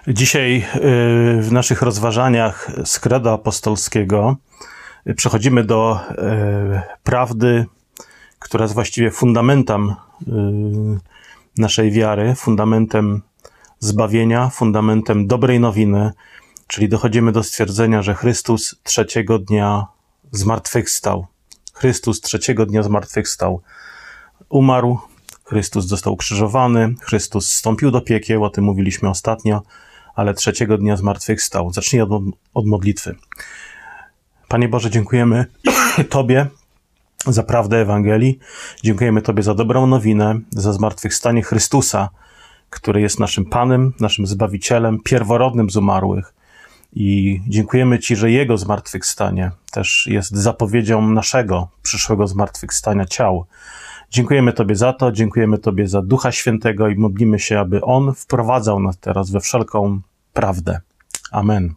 Dzisiaj w naszych rozważaniach z Credo Apostolskiego przechodzimy do prawdy, która jest właściwie fundamentem naszej wiary, fundamentem zbawienia, fundamentem dobrej nowiny, czyli dochodzimy do stwierdzenia, że Chrystus trzeciego dnia zmartwychwstał. Chrystus trzeciego dnia zmartwychwstał. Umarł, Chrystus został ukrzyżowany, Chrystus zstąpił do piekieł, o tym mówiliśmy ostatnio, ale trzeciego dnia zmartwychwstał. Zacznij od modlitwy. Panie Boże, dziękujemy Tobie za prawdę Ewangelii. Dziękujemy Tobie za dobrą nowinę, za zmartwychwstanie Chrystusa, który jest naszym Panem, naszym Zbawicielem, pierworodnym z umarłych. I dziękujemy Ci, że Jego zmartwychwstanie też jest zapowiedzią naszego przyszłego zmartwychwstania ciał. Dziękujemy Tobie za to, dziękujemy Tobie za Ducha Świętego i modlimy się, aby On wprowadzał nas teraz we wszelką prawdę. Amen.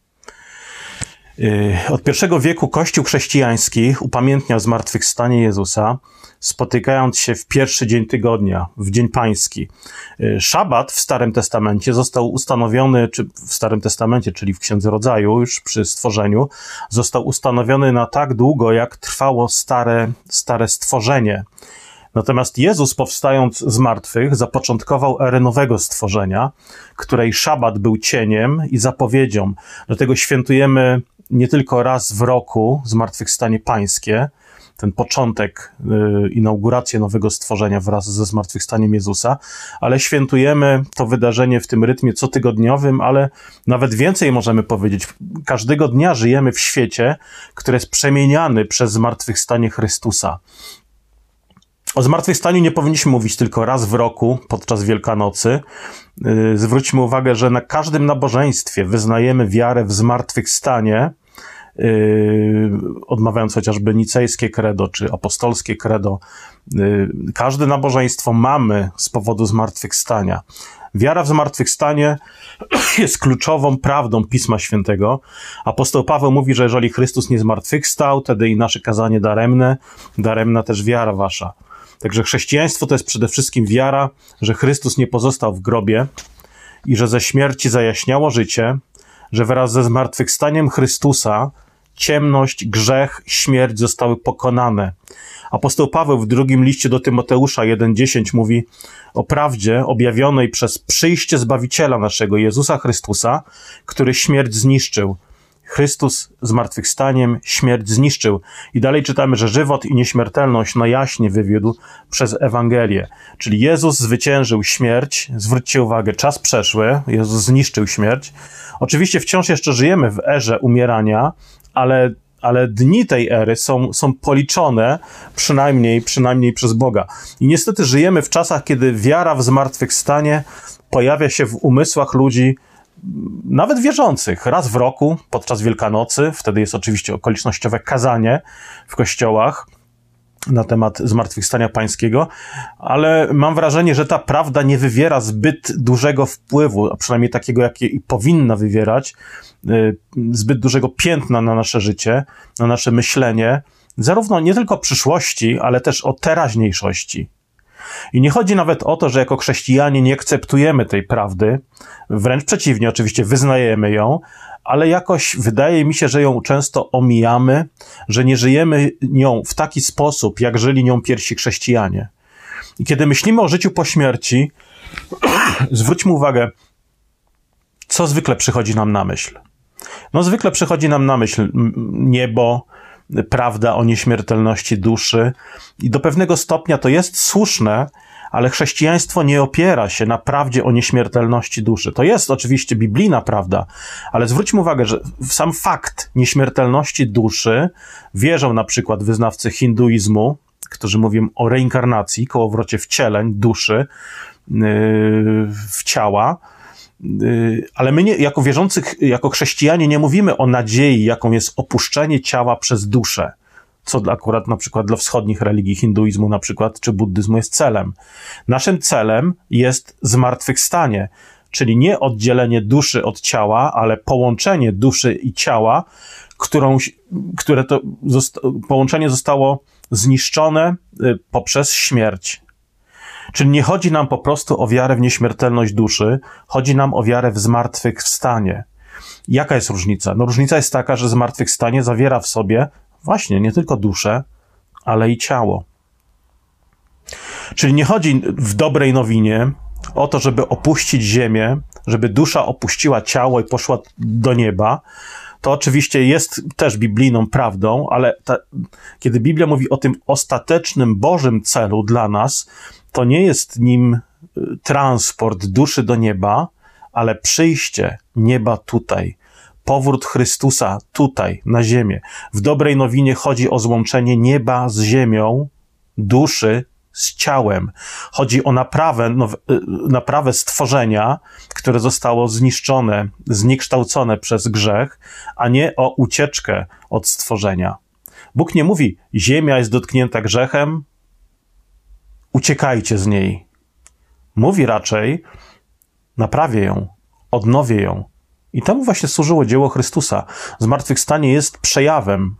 Od I wieku Kościół chrześcijański upamiętniał zmartwychwstanie Jezusa, spotykając się w pierwszy dzień tygodnia, w Dzień Pański. Szabat w Starym Testamencie został ustanowiony, czy w Starym Testamencie, czyli w Księdze Rodzaju, już przy stworzeniu, został ustanowiony na tak długo, jak trwało stare stworzenie. Natomiast Jezus, powstając z martwych, zapoczątkował erę nowego stworzenia, której szabat był cieniem i zapowiedzią. Dlatego świętujemy nie tylko raz w roku zmartwychwstanie pańskie, ten początek, inaugurację nowego stworzenia wraz ze zmartwychwstaniem Jezusa, ale świętujemy to wydarzenie w tym rytmie cotygodniowym, ale nawet więcej możemy powiedzieć. Każdego dnia żyjemy w świecie, który jest przemieniany przez zmartwychwstanie Chrystusa. O zmartwychwstaniu nie powinniśmy mówić tylko raz w roku podczas Wielkanocy. Zwróćmy uwagę, że na każdym nabożeństwie wyznajemy wiarę w zmartwychwstanie, odmawiając chociażby nicejskie credo czy apostolskie credo. Każde nabożeństwo mamy z powodu zmartwychwstania. Wiara w zmartwychwstanie jest kluczową prawdą Pisma Świętego. Apostoł Paweł mówi, że jeżeli Chrystus nie zmartwychwstał, wtedy i nasze kazanie daremne, daremna też wiara wasza. Także chrześcijaństwo to jest przede wszystkim wiara, że Chrystus nie pozostał w grobie i że ze śmierci zajaśniało życie, że wraz ze zmartwychwstaniem Chrystusa ciemność, grzech, śmierć zostały pokonane. Apostoł Paweł w drugim liście do Tymoteusza 1:10 mówi o prawdzie objawionej przez przyjście Zbawiciela naszego, Jezusa Chrystusa, który śmierć zniszczył. Chrystus zmartwychwstaniem śmierć zniszczył. I dalej czytamy, że żywot i nieśmiertelność na jaśnie wywiódł przez Ewangelię. Czyli Jezus zwyciężył śmierć. Zwróćcie uwagę, czas przeszły. Jezus zniszczył śmierć. Oczywiście wciąż jeszcze żyjemy w erze umierania, ale dni tej ery są policzone przynajmniej przez Boga. I niestety żyjemy w czasach, kiedy wiara w zmartwychwstanie pojawia się w umysłach ludzi, nawet wierzących, raz w roku podczas Wielkanocy. Wtedy jest oczywiście okolicznościowe kazanie w kościołach na temat zmartwychwstania pańskiego, ale mam wrażenie, że ta prawda nie wywiera zbyt dużego wpływu, a przynajmniej takiego, jakie powinna wywierać, zbyt dużego piętna na nasze życie, na nasze myślenie, zarówno nie tylko o przyszłości, ale też o teraźniejszości. I nie chodzi nawet o to, że jako chrześcijanie nie akceptujemy tej prawdy, wręcz przeciwnie, oczywiście wyznajemy ją, ale jakoś wydaje mi się, że ją często omijamy, że nie żyjemy nią w taki sposób, jak żyli nią pierwsi chrześcijanie. I kiedy myślimy o życiu po śmierci, zwróćmy uwagę, co zwykle przychodzi nam na myśl. No zwykle przychodzi nam na myśl niebo, prawda o nieśmiertelności duszy i do pewnego stopnia to jest słuszne, ale chrześcijaństwo nie opiera się na prawdzie o nieśmiertelności duszy. To jest oczywiście biblijna prawda, ale zwróćmy uwagę, że w sam fakt nieśmiertelności duszy wierzą na przykład wyznawcy hinduizmu, którzy mówią o reinkarnacji, kołowrocie wcieleń duszy w ciała, ale my jako wierzących, jako chrześcijanie nie mówimy o nadziei, jaką jest opuszczenie ciała przez duszę, co akurat na przykład dla wschodnich religii, hinduizmu na przykład, czy buddyzmu jest celem. Naszym celem jest zmartwychwstanie, czyli nie oddzielenie duszy od ciała, ale połączenie duszy i ciała, które to połączenie zostało zniszczone poprzez śmierć. Czyli nie chodzi nam po prostu o wiarę w nieśmiertelność duszy, chodzi nam o wiarę w zmartwychwstanie. Jaka jest różnica? No różnica jest taka, że zmartwychwstanie zawiera w sobie właśnie nie tylko duszę, ale i ciało. Czyli nie chodzi w dobrej nowinie o to, żeby opuścić ziemię, żeby dusza opuściła ciało i poszła do nieba. To oczywiście jest też biblijną prawdą, ale kiedy Biblia mówi o tym ostatecznym Bożym celu dla nas, to nie jest nim transport duszy do nieba, ale przyjście nieba tutaj, powrót Chrystusa tutaj, na ziemię. W dobrej nowinie chodzi o złączenie nieba z ziemią, duszy z ciałem. Chodzi o naprawę stworzenia, które zostało zniszczone, zniekształcone przez grzech, a nie o ucieczkę od stworzenia. Bóg nie mówi, ziemia jest dotknięta grzechem, uciekajcie z niej. Mówi raczej, naprawię ją, odnowię ją. I temu właśnie służyło dzieło Chrystusa. Zmartwychwstanie jest przejawem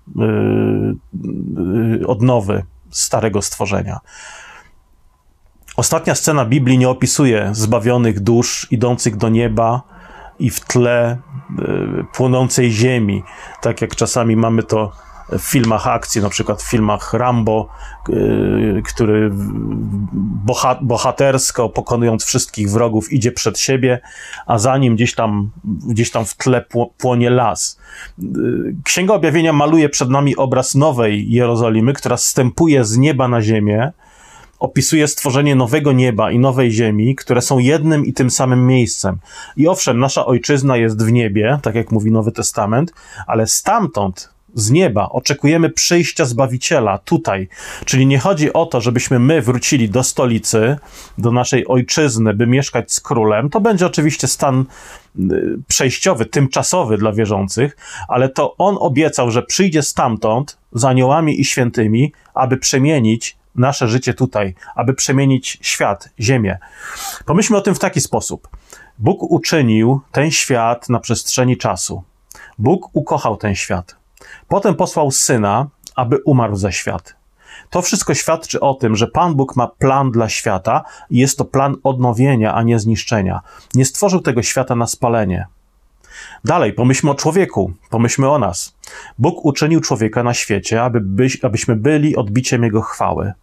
odnowy starego stworzenia. Ostatnia scena Biblii nie opisuje zbawionych dusz idących do nieba i w tle płonącej ziemi, tak jak czasami mamy to w filmach akcji, na przykład w filmach Rambo, który bohatersko, pokonując wszystkich wrogów, idzie przed siebie, a za nim gdzieś tam w tle płonie las. Księga Objawienia maluje przed nami obraz nowej Jerozolimy, która zstępuje z nieba na ziemię, opisuje stworzenie nowego nieba i nowej ziemi, które są jednym i tym samym miejscem. I owszem, nasza ojczyzna jest w niebie, tak jak mówi Nowy Testament, ale stamtąd, z nieba, oczekujemy przyjścia Zbawiciela tutaj. Czyli nie chodzi o to, żebyśmy my wrócili do stolicy, do naszej ojczyzny, by mieszkać z królem. To będzie oczywiście stan przejściowy, tymczasowy dla wierzących, ale to On obiecał, że przyjdzie stamtąd z aniołami i świętymi, aby przemienić nasze życie tutaj, aby przemienić świat, ziemię. Pomyślmy o tym w taki sposób. Bóg uczynił ten świat na przestrzeni czasu. Bóg ukochał ten świat. Potem posłał Syna, aby umarł za świat. To wszystko świadczy o tym, że Pan Bóg ma plan dla świata i jest to plan odnowienia, a nie zniszczenia. Nie stworzył tego świata na spalenie. Dalej, pomyślmy o człowieku, pomyślmy o nas. Bóg uczynił człowieka na świecie, abyśmy byli odbiciem Jego chwały.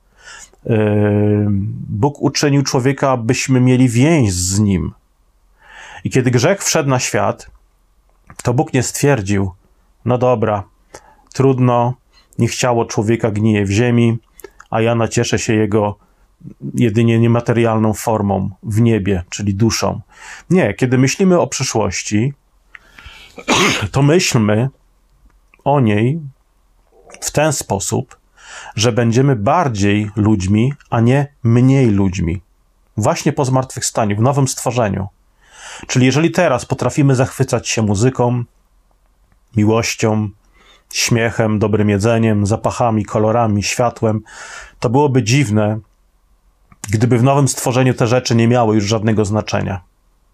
Bóg uczynił człowieka, abyśmy mieli więź z Nim. I kiedy grzech wszedł na świat, to Bóg nie stwierdził, no dobra, trudno, niech ciało człowieka gnije w ziemi, a ja nacieszę się jego jedynie niematerialną formą w niebie, czyli duszą. Nie, kiedy myślimy o przyszłości, to myślmy o niej w ten sposób, że będziemy bardziej ludźmi, a nie mniej ludźmi. Właśnie po zmartwychwstaniu, w nowym stworzeniu. Czyli jeżeli teraz potrafimy zachwycać się muzyką, miłością, śmiechem, dobrym jedzeniem, zapachami, kolorami, światłem, to byłoby dziwne, gdyby w nowym stworzeniu te rzeczy nie miały już żadnego znaczenia.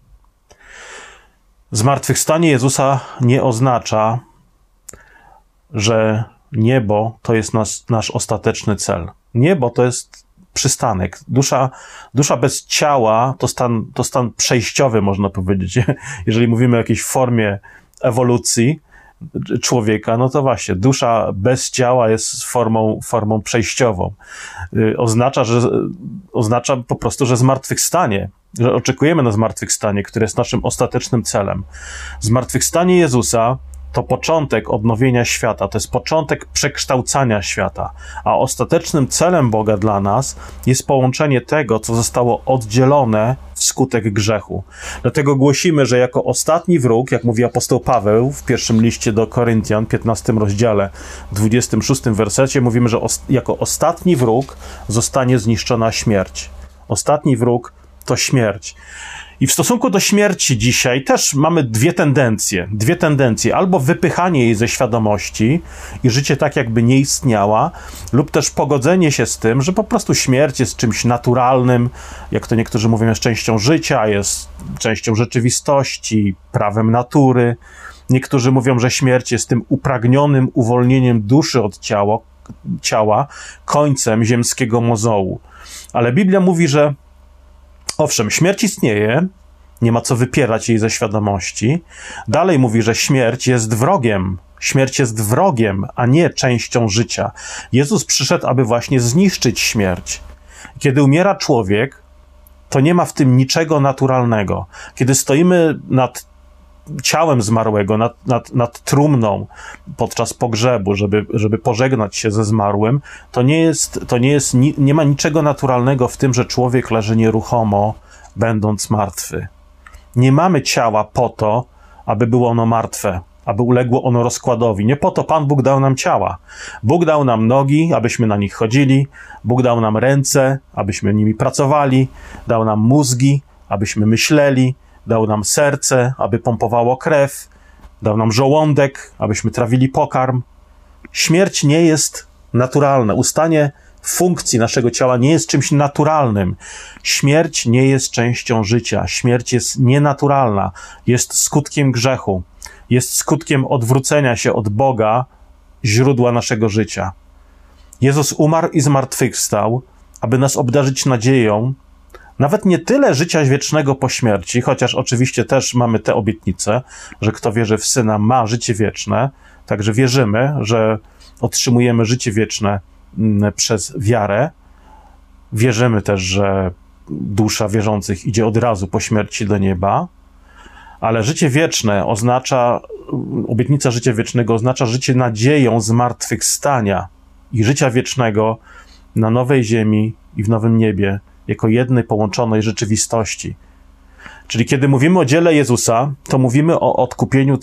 Zmartwychwstanie Jezusa nie oznacza, że niebo to jest nasz ostateczny cel. Niebo to jest przystanek. Dusza bez ciała to stan przejściowy, można powiedzieć. Jeżeli mówimy o jakiejś formie ewolucji człowieka, no to właśnie, dusza bez ciała jest formą przejściową. Oznacza po prostu, że zmartwychwstanie, że oczekujemy na zmartwychwstanie, które jest naszym ostatecznym celem. Zmartwychwstanie Jezusa to początek odnowienia świata, to jest początek przekształcania świata, a ostatecznym celem Boga dla nas jest połączenie tego, co zostało oddzielone wskutek grzechu. Dlatego głosimy, że jako ostatni wróg, jak mówi apostoł Paweł w pierwszym liście do Koryntian, 15 rozdziale, 26 wersecie, mówimy, że jako ostatni wróg zostanie zniszczona śmierć. Ostatni wróg to śmierć. I w stosunku do śmierci dzisiaj też mamy dwie tendencje. Albo wypychanie jej ze świadomości i życie tak, jakby nie istniała, lub też pogodzenie się z tym, że po prostu śmierć jest czymś naturalnym, jak to niektórzy mówią, jest częścią życia, jest częścią rzeczywistości, prawem natury. Niektórzy mówią, że śmierć jest tym upragnionym uwolnieniem duszy od ciała, ciała końcem ziemskiego mozołu. Ale Biblia mówi, że owszem, śmierć istnieje, nie ma co wypierać jej ze świadomości. Dalej mówi, że śmierć jest wrogiem. Śmierć jest wrogiem, a nie częścią życia. Jezus przyszedł, aby właśnie zniszczyć śmierć. Kiedy umiera człowiek, to nie ma w tym niczego naturalnego. Kiedy stoimy nad ciałem zmarłego, nad trumną podczas pogrzebu, żeby pożegnać się ze zmarłym, nie ma niczego naturalnego w tym, że człowiek leży nieruchomo, będąc martwy. Nie mamy ciała po to, aby było ono martwe, aby uległo ono rozkładowi. Nie po to Pan Bóg dał nam ciała. Bóg dał nam nogi, abyśmy na nich chodzili. Bóg dał nam ręce, abyśmy nimi pracowali. Dał nam mózgi, abyśmy myśleli. Dał nam serce, aby pompowało krew. Dał nam żołądek, abyśmy trawili pokarm. Śmierć nie jest naturalna. Ustanie funkcji naszego ciała nie jest czymś naturalnym. Śmierć nie jest częścią życia. Śmierć jest nienaturalna. Jest skutkiem grzechu. Jest skutkiem odwrócenia się od Boga, źródła naszego życia. Jezus umarł i zmartwychwstał, aby nas obdarzyć nadzieją, nawet nie tyle życia wiecznego po śmierci, chociaż oczywiście też mamy tę obietnicę, że kto wierzy w Syna, ma życie wieczne, także wierzymy, że otrzymujemy życie wieczne przez wiarę. Wierzymy też, że dusza wierzących idzie od razu po śmierci do nieba, ale życie wieczne obietnica życia wiecznego oznacza życie nadzieją zmartwychwstania i życia wiecznego na nowej ziemi i w nowym niebie, jako jednej połączonej rzeczywistości. Czyli kiedy mówimy o dziele Jezusa, to mówimy o odkupieniu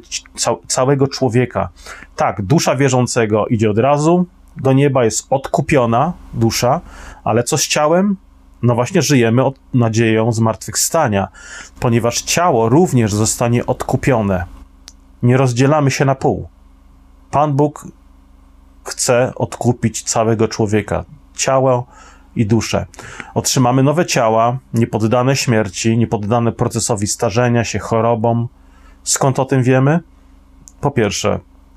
całego człowieka. Tak, dusza wierzącego idzie od razu do nieba, jest odkupiona dusza, ale co z ciałem? No właśnie żyjemy nadzieją zmartwychwstania, ponieważ ciało również zostanie odkupione. Nie rozdzielamy się na pół. Pan Bóg chce odkupić całego człowieka, ciało i duszę. Otrzymamy nowe ciała, niepoddane śmierci, niepoddane procesowi starzenia się, chorobom. Skąd o tym wiemy? Po pierwsze,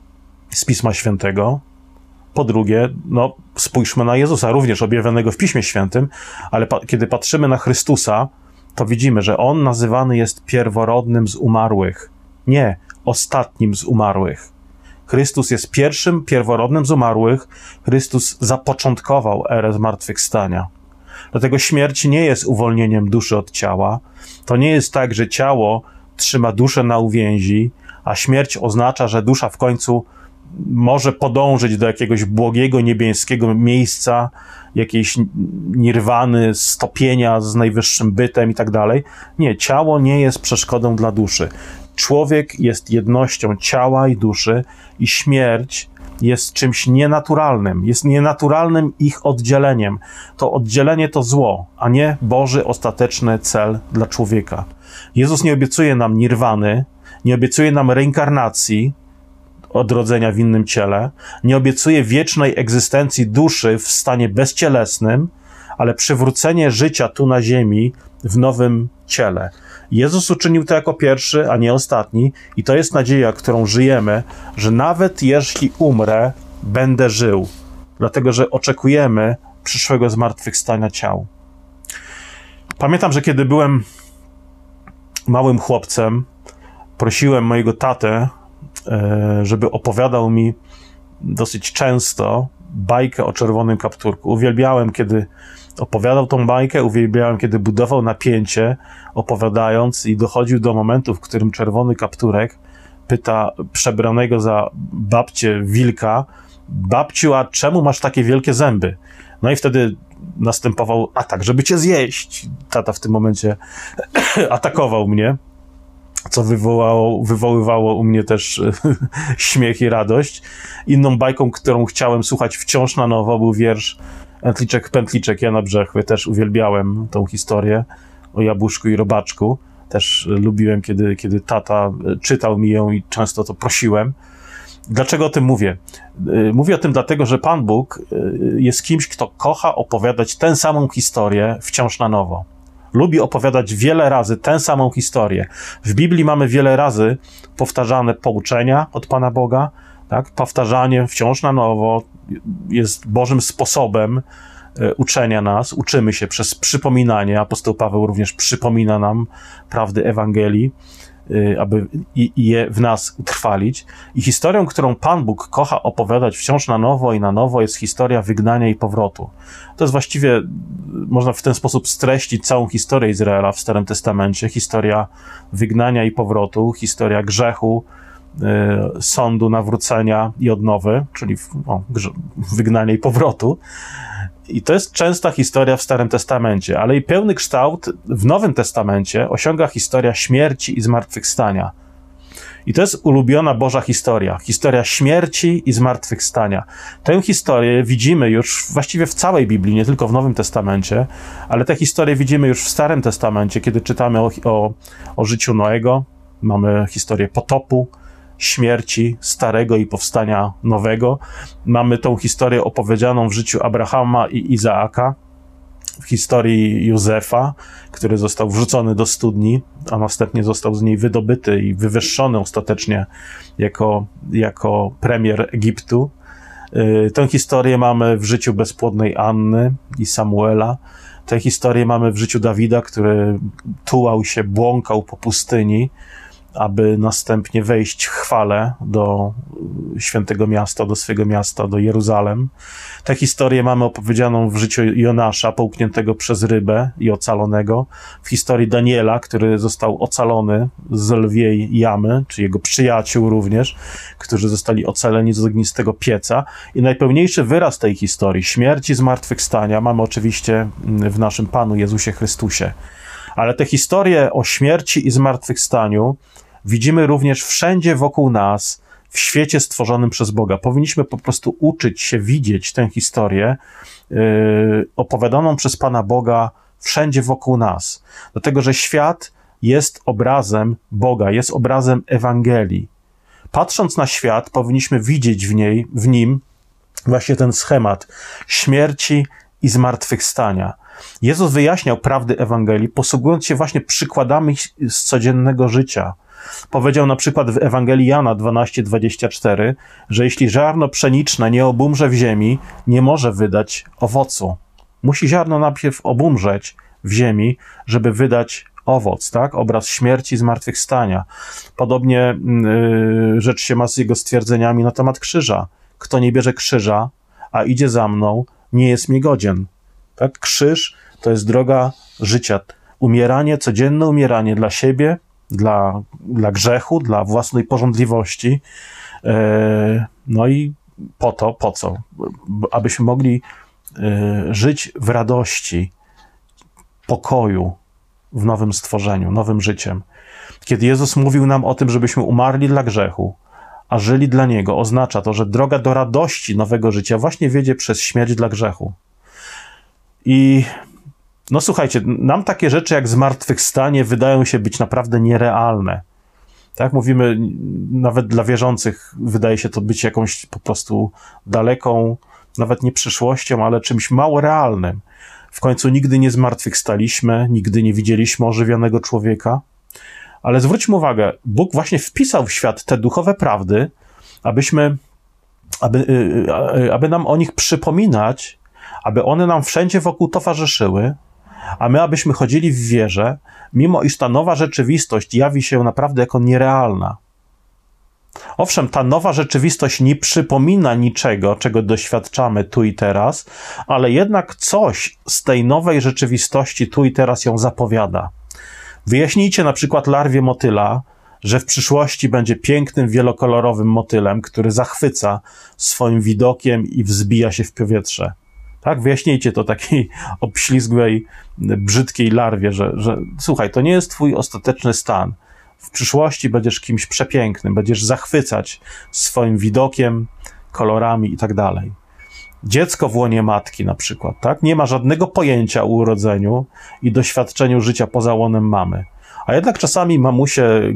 z Pisma Świętego. Po drugie, spójrzmy na Jezusa, również objawionego w Piśmie Świętym, ale kiedy patrzymy na Chrystusa, to widzimy, że On nazywany jest pierworodnym z umarłych, nie ostatnim z umarłych. Chrystus jest pierwszym, pierworodnym z umarłych. Chrystus zapoczątkował erę zmartwychwstania. Dlatego śmierć nie jest uwolnieniem duszy od ciała. To nie jest tak, że ciało trzyma duszę na uwięzi, a śmierć oznacza, że dusza w końcu może podążyć do jakiegoś błogiego, niebieskiego miejsca, jakiejś nirwany, stopienia z najwyższym bytem i tak dalej. Nie, ciało nie jest przeszkodą dla duszy. Człowiek jest jednością ciała i duszy i śmierć jest czymś nienaturalnym. Jest nienaturalnym ich oddzieleniem. To oddzielenie to zło, a nie Boży ostateczny cel dla człowieka. Jezus nie obiecuje nam nirwany, nie obiecuje nam reinkarnacji, odrodzenia w innym ciele, nie obiecuje wiecznej egzystencji duszy w stanie bezcielesnym, ale przywrócenie życia tu na ziemi w nowym ciele. Jezus uczynił to jako pierwszy, a nie ostatni i to jest nadzieja, którą żyjemy, że nawet jeśli umrę, będę żył, dlatego że oczekujemy przyszłego zmartwychwstania ciał. Pamiętam, że kiedy byłem małym chłopcem, prosiłem mojego tatę, żeby opowiadał mi dosyć często bajkę o czerwonym kapturku. Uwielbiałem, kiedy opowiadał tą bajkę, uwielbiałem, kiedy budował napięcie, opowiadając i dochodził do momentu, w którym czerwony kapturek pyta przebranego za babcię wilka: babciu, a czemu masz takie wielkie zęby? No i wtedy następował atak, żeby cię zjeść. Tata w tym momencie atakował mnie, co wywoływało u mnie też śmiech i radość. Inną bajką, którą chciałem słuchać wciąż na nowo, był wiersz Entliczek Pętliczek Jana Brzechwy. Też uwielbiałem tą historię o jabłuszku i robaczku. Też lubiłem, kiedy tata czytał mi ją i często to prosiłem. Dlaczego o tym mówię? Mówię o tym dlatego, że Pan Bóg jest kimś, kto kocha opowiadać tę samą historię wciąż na nowo. Lubi opowiadać wiele razy tę samą historię. W Biblii mamy wiele razy powtarzane pouczenia od Pana Boga, Tak? Powtarzanie wciąż na nowo jest Bożym sposobem uczenia nas, uczymy się przez przypominanie. Apostoł Paweł również przypomina nam prawdy Ewangelii, aby je w nas utrwalić. I historią, którą Pan Bóg kocha opowiadać wciąż na nowo i na nowo, jest historia wygnania i powrotu. To jest właściwie, można w ten sposób streścić całą historię Izraela w Starym Testamencie. Historia wygnania i powrotu, historia grzechu, sądu, nawrócenia i odnowy, czyli wygnania i powrotu. I to jest częsta historia w Starym Testamencie, ale i pełny kształt w Nowym Testamencie osiąga historia śmierci i zmartwychwstania. I to jest ulubiona Boża historia. Historia śmierci i zmartwychwstania. Tę historię widzimy już właściwie w całej Biblii, nie tylko w Nowym Testamencie, ale tę historię widzimy już w Starym Testamencie, kiedy czytamy o życiu Noego. Mamy historię potopu, śmierci starego i powstania nowego. Mamy tą historię opowiedzianą w życiu Abrahama i Izaaka, w historii Józefa, który został wrzucony do studni, a następnie został z niej wydobyty i wywyższony ostatecznie jako premier Egiptu. Tę historię mamy w życiu bezpłodnej Anny i Samuela. Tę historię mamy w życiu Dawida, który tułał się, błąkał po pustyni, aby następnie wejść w chwale do świętego miasta, do swego miasta, do Jeruzalem. Tę historię mamy opowiedzianą w życiu Jonasza, połkniętego przez rybę i ocalonego. W historii Daniela, który został ocalony z lwiej jamy, czy jego przyjaciół również, którzy zostali ocaleni z ognistego pieca. I najpełniejszy wyraz tej historii, śmierci i zmartwychwstania, mamy oczywiście w naszym Panu Jezusie Chrystusie. Ale te historie o śmierci i zmartwychwstaniu widzimy również wszędzie wokół nas, w świecie stworzonym przez Boga. Powinniśmy po prostu uczyć się widzieć tę historię opowiadaną przez Pana Boga wszędzie wokół nas. Dlatego, że świat jest obrazem Boga, jest obrazem Ewangelii. Patrząc na świat, powinniśmy widzieć w nim właśnie ten schemat śmierci i zmartwychwstania. Jezus wyjaśniał prawdy Ewangelii, posługując się właśnie przykładami z codziennego życia. Powiedział na przykład w Ewangelii Jana 12:24, że jeśli ziarno pszeniczne nie obumrze w ziemi, nie może wydać owocu. Musi ziarno najpierw obumrzeć w ziemi, żeby wydać owoc, tak? Obraz śmierci i zmartwychwstania. Podobnie rzecz się ma z jego stwierdzeniami na temat krzyża. Kto nie bierze krzyża, a idzie za mną, nie jest mi godzien. Tak? Krzyż to jest droga życia. Umieranie, codzienne umieranie dla siebie, dla grzechu, dla własnej pożądliwości. No i po co? Abyśmy mogli żyć w radości, pokoju w nowym stworzeniu, nowym życiem. Kiedy Jezus mówił nam o tym, żebyśmy umarli dla grzechu, a żyli dla Niego, oznacza to, że droga do radości nowego życia właśnie wiedzie przez śmierć dla grzechu. I no słuchajcie, nam takie rzeczy jak zmartwychwstanie wydają się być naprawdę nierealne. Tak, mówimy, nawet dla wierzących wydaje się to być jakąś po prostu daleką, nawet nie przyszłością, ale czymś mało realnym. W końcu nigdy nie zmartwychwstaliśmy, nigdy nie widzieliśmy ożywionego człowieka. Ale zwróćmy uwagę, Bóg właśnie wpisał w świat te duchowe prawdy, aby nam o nich przypominać, aby one nam wszędzie wokół towarzyszyły, a my abyśmy chodzili w wierze, mimo iż ta nowa rzeczywistość jawi się naprawdę jako nierealna. Owszem, ta nowa rzeczywistość nie przypomina niczego, czego doświadczamy tu i teraz, ale jednak coś z tej nowej rzeczywistości tu i teraz ją zapowiada. Wyjaśnijcie na przykład larwie motyla, że w przyszłości będzie pięknym, wielokolorowym motylem, który zachwyca swoim widokiem i wzbija się w powietrze. Tak? Wyjaśnijcie to takiej obślizgłej, brzydkiej larwie, że słuchaj, to nie jest twój ostateczny stan. W przyszłości będziesz kimś przepięknym, będziesz zachwycać swoim widokiem, kolorami i tak dalej. Dziecko w łonie matki na przykład, tak? Nie ma żadnego pojęcia o urodzeniu i doświadczeniu życia poza łonem mamy. A jednak czasami mamusie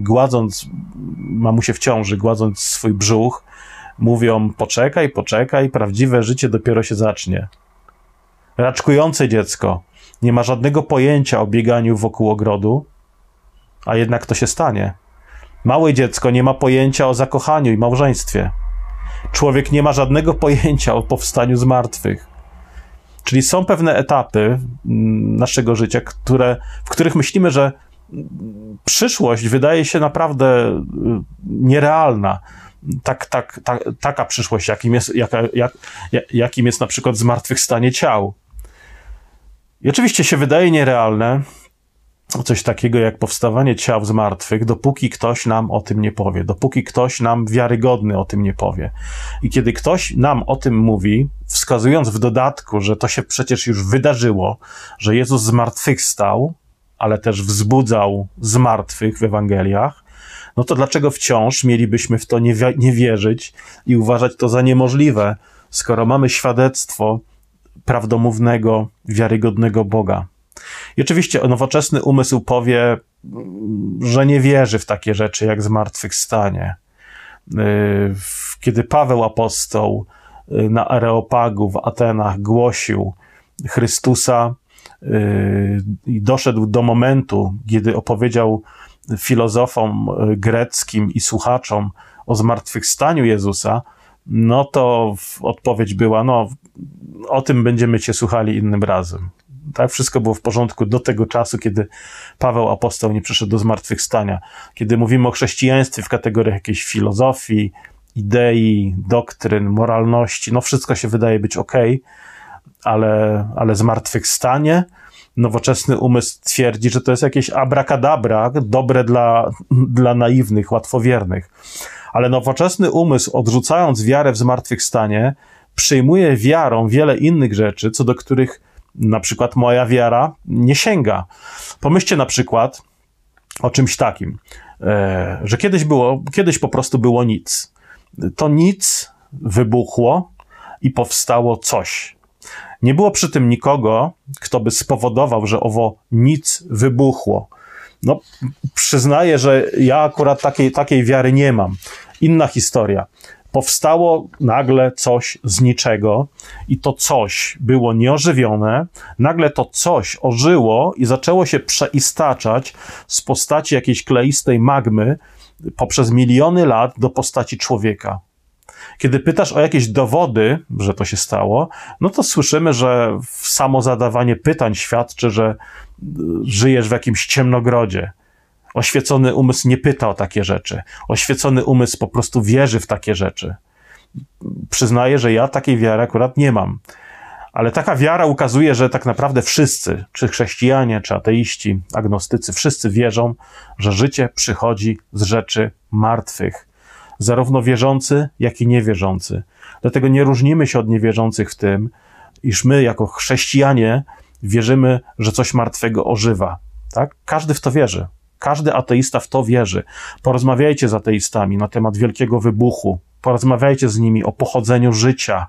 w ciąży, gładząc swój brzuch, mówią: poczekaj, prawdziwe życie dopiero się zacznie. Raczkujące dziecko nie ma żadnego pojęcia o bieganiu wokół ogrodu, a jednak to się stanie. Małe dziecko nie ma pojęcia o zakochaniu i małżeństwie. Człowiek nie ma żadnego pojęcia o powstaniu z martwych. Czyli są pewne etapy naszego życia, w których myślimy, że przyszłość wydaje się naprawdę nierealna. Taka przyszłość, jakim jest na przykład zmartwychwstanie ciał. I oczywiście się wydaje nierealne coś takiego jak powstawanie ciał z martwych, dopóki ktoś nam o tym nie powie, dopóki ktoś nam wiarygodny o tym nie powie. I kiedy ktoś nam o tym mówi, wskazując w dodatku, że to się przecież już wydarzyło, że Jezus zmartwychwstał, ale też wzbudzał z martwych w Ewangeliach, no to dlaczego wciąż mielibyśmy w to nie wierzyć i uważać to za niemożliwe, skoro mamy świadectwo prawdomównego, wiarygodnego Boga? I oczywiście nowoczesny umysł powie, że nie wierzy w takie rzeczy jak zmartwychwstanie. Kiedy Paweł apostoł na Areopagu w Atenach głosił Chrystusa i doszedł do momentu, kiedy opowiedział filozofom greckim i słuchaczom o zmartwychwstaniu Jezusa, no to odpowiedź była, no o tym będziemy cię słuchali innym razem. Tak, wszystko było w porządku do tego czasu, kiedy Paweł apostoł nie przyszedł do zmartwychwstania. Kiedy mówimy o chrześcijaństwie w kategoriach jakiejś filozofii, idei, doktryn, moralności, no wszystko się wydaje być okej, ale zmartwychwstanie, nowoczesny umysł twierdzi, że to jest jakieś abracadabra, dobre dla naiwnych, łatwowiernych. Ale nowoczesny umysł, odrzucając wiarę w zmartwychwstanie, przyjmuje wiarą wiele innych rzeczy, co do których na przykład moja wiara nie sięga. Pomyślcie na przykład o czymś takim, że kiedyś po prostu było nic. To nic wybuchło i powstało coś. Nie było przy tym nikogo, kto by spowodował, że owo nic wybuchło. No, przyznaję, że ja akurat takiej wiary nie mam. Inna historia. Powstało nagle coś z niczego i to coś było nieożywione, nagle to coś ożyło i zaczęło się przeistaczać z postaci jakiejś kleistej magmy poprzez miliony lat do postaci człowieka. Kiedy pytasz o jakieś dowody, że to się stało, no to słyszymy, że samo zadawanie pytań świadczy, że żyjesz w jakimś ciemnogrodzie. Oświecony umysł nie pyta o takie rzeczy. Oświecony umysł po prostu wierzy w takie rzeczy. Przyznaję, że ja takiej wiary akurat nie mam. Ale taka wiara ukazuje, że tak naprawdę wszyscy, czy chrześcijanie, czy ateiści, agnostycy, wszyscy wierzą, że życie przychodzi z rzeczy martwych. Zarówno wierzący, jak i niewierzący. Dlatego nie różnimy się od niewierzących w tym, iż my jako chrześcijanie wierzymy, że coś martwego ożywa. Tak? Każdy w to wierzy. Każdy ateista w to wierzy. Porozmawiajcie z ateistami na temat wielkiego wybuchu. Porozmawiajcie z nimi o pochodzeniu życia.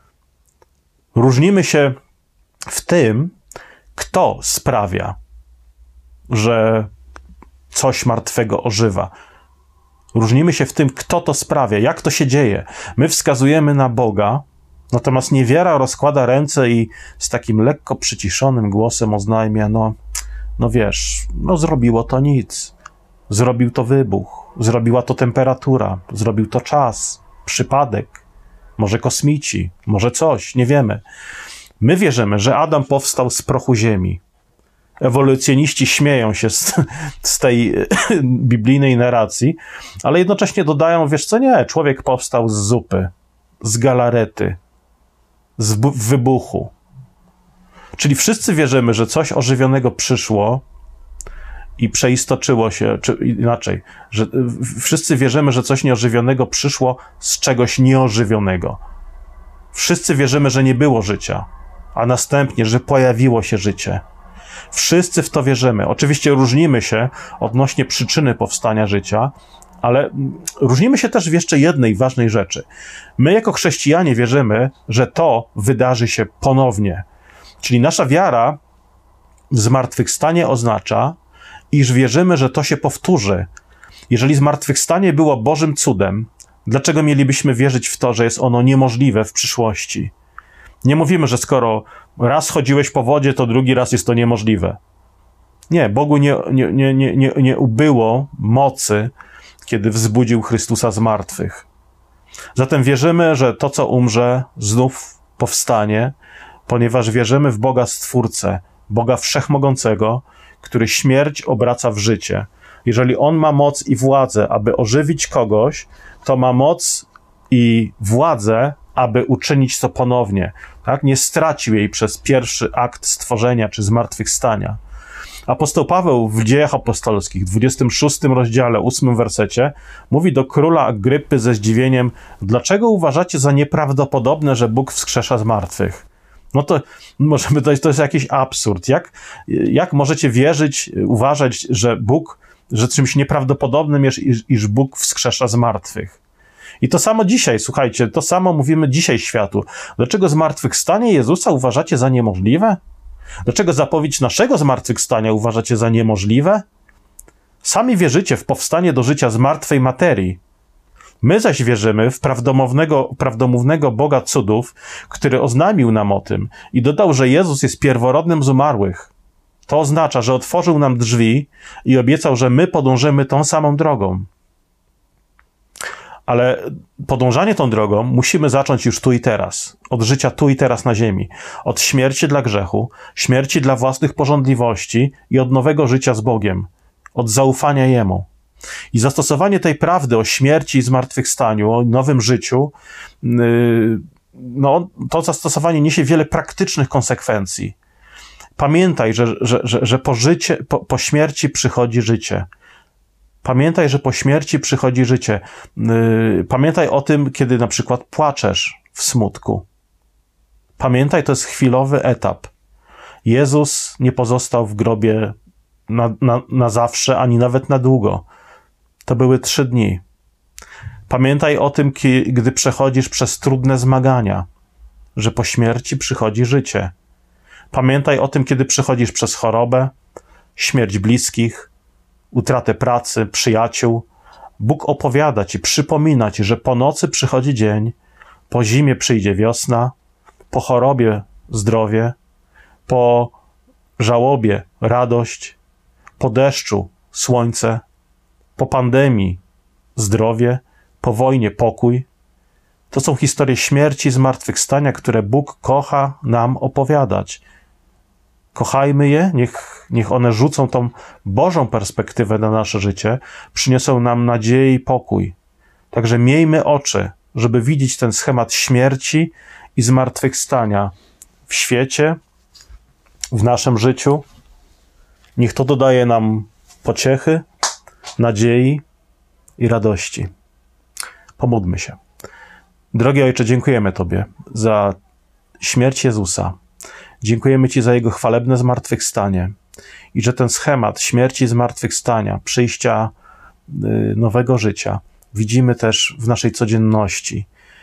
Różnimy się w tym, kto sprawia, że coś martwego ożywa. Różnimy się w tym, kto to sprawia, jak to się dzieje. My wskazujemy na Boga, natomiast niewiara rozkłada ręce i z takim lekko przyciszonym głosem oznajmia, no wiesz, zrobiło to nic. Zrobił to wybuch, zrobiła to temperatura, zrobił to czas, przypadek, może kosmici, może coś, nie wiemy. My wierzymy, że Adam powstał z prochu ziemi. Ewolucjoniści śmieją się z tej biblijnej narracji, ale jednocześnie dodają, wiesz co, nie, człowiek powstał z zupy, z galarety, z wybuchu. Czyli wszyscy wierzymy, że coś ożywionego przyszło i przeistoczyło się, czy inaczej, że wszyscy wierzymy, że coś nieożywionego przyszło z czegoś nieożywionego. Wszyscy wierzymy, że nie było życia, a następnie, że pojawiło się życie. Wszyscy w to wierzymy. Oczywiście różnimy się odnośnie przyczyny powstania życia, ale różnimy się też w jeszcze jednej ważnej rzeczy. My jako chrześcijanie wierzymy, że to wydarzy się ponownie. Czyli nasza wiara w zmartwychwstanie oznacza, iż wierzymy, że to się powtórzy. Jeżeli zmartwychwstanie było Bożym cudem, dlaczego mielibyśmy wierzyć w to, że jest ono niemożliwe w przyszłości? Nie mówimy, że skoro raz chodziłeś po wodzie, to drugi raz jest to niemożliwe. Nie, Bogu nie ubyło mocy, kiedy wzbudził Chrystusa z martwych. Zatem wierzymy, że to, co umrze, znów powstanie, ponieważ wierzymy w Boga Stwórcę, Boga Wszechmogącego, który śmierć obraca w życie. Jeżeli On ma moc i władzę, aby ożywić kogoś, to ma moc i władzę, aby uczynić to ponownie. Tak? Nie stracił jej przez pierwszy akt stworzenia czy zmartwychwstania. Apostoł Paweł w Dziejach Apostolskich, w 26 rozdziale, 8 wersecie, mówi do króla Agrypy ze zdziwieniem: dlaczego uważacie za nieprawdopodobne, że Bóg wskrzesza zmartwych? No to możemy dojść, to jest jakiś absurd. Jak możecie wierzyć, uważać, że czymś nieprawdopodobnym jest, iż Bóg wskrzesza zmartwych? I to samo dzisiaj, słuchajcie, to samo mówimy dzisiaj światu. Dlaczego zmartwychwstanie Jezusa uważacie za niemożliwe? Dlaczego zapowiedź naszego zmartwychwstania uważacie za niemożliwe? Sami wierzycie w powstanie do życia z martwej materii. My zaś wierzymy w prawdomównego Boga cudów, który oznajmił nam o tym i dodał, że Jezus jest pierworodnym z umarłych. To oznacza, że otworzył nam drzwi i obiecał, że my podążymy tą samą drogą. Ale podążanie tą drogą musimy zacząć już tu i teraz. Od życia tu i teraz na ziemi. Od śmierci dla grzechu, śmierci dla własnych pożądliwości i od nowego życia z Bogiem. Od zaufania Jemu. I zastosowanie tej prawdy o śmierci i zmartwychwstaniu, o nowym życiu, to zastosowanie niesie wiele praktycznych konsekwencji. Pamiętaj, że po śmierci przychodzi życie. Pamiętaj, że po śmierci przychodzi życie. Pamiętaj o tym, kiedy na przykład płaczesz w smutku. Pamiętaj, to jest chwilowy etap. Jezus nie pozostał w grobie na zawsze, ani nawet na długo. To były 3 dni. Pamiętaj o tym, gdy przechodzisz przez trudne zmagania, że po śmierci przychodzi życie. Pamiętaj o tym, kiedy przechodzisz przez chorobę, śmierć bliskich, utratę pracy, przyjaciół. Bóg opowiada ci, przypomina ci, że po nocy przychodzi dzień, po zimie przyjdzie wiosna, po chorobie zdrowie, po żałobie radość, po deszczu słońce, po pandemii zdrowie, po wojnie pokój. To są historie śmierci i zmartwychwstania, które Bóg kocha nam opowiadać. Kochajmy je, niech one rzucą tą Bożą perspektywę na nasze życie, przyniosą nam nadzieję i pokój. Także miejmy oczy, żeby widzieć ten schemat śmierci i zmartwychwstania w świecie, w naszym życiu. Niech to dodaje nam pociechy, nadziei i radości. Pomódlmy się. Drogi Ojcze, dziękujemy Tobie za śmierć Jezusa. Dziękujemy Ci za Jego chwalebne zmartwychwstanie i że ten schemat śmierci i zmartwychwstania, przyjścia nowego życia widzimy też w naszej codzienności,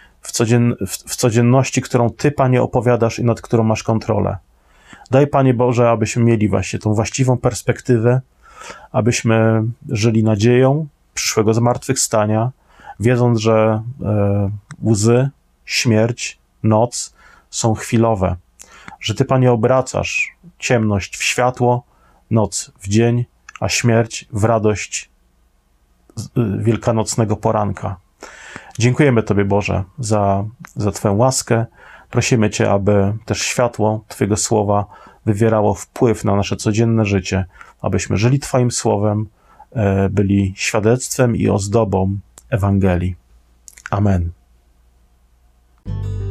w codzienności, którą Ty, Panie, opowiadasz i nad którą masz kontrolę. Daj, Panie Boże, abyśmy mieli właśnie tą właściwą perspektywę, abyśmy żyli nadzieją przyszłego zmartwychwstania, wiedząc, że łzy, śmierć, noc są chwilowe, że Ty, Panie, obracasz ciemność w światło, noc w dzień, a śmierć w radość wielkanocnego poranka. Dziękujemy Tobie, Boże, za Twoją łaskę. Prosimy Cię, aby też światło Twojego słowa wywierało wpływ na nasze codzienne życie, abyśmy żyli Twoim słowem, byli świadectwem i ozdobą Ewangelii. Amen.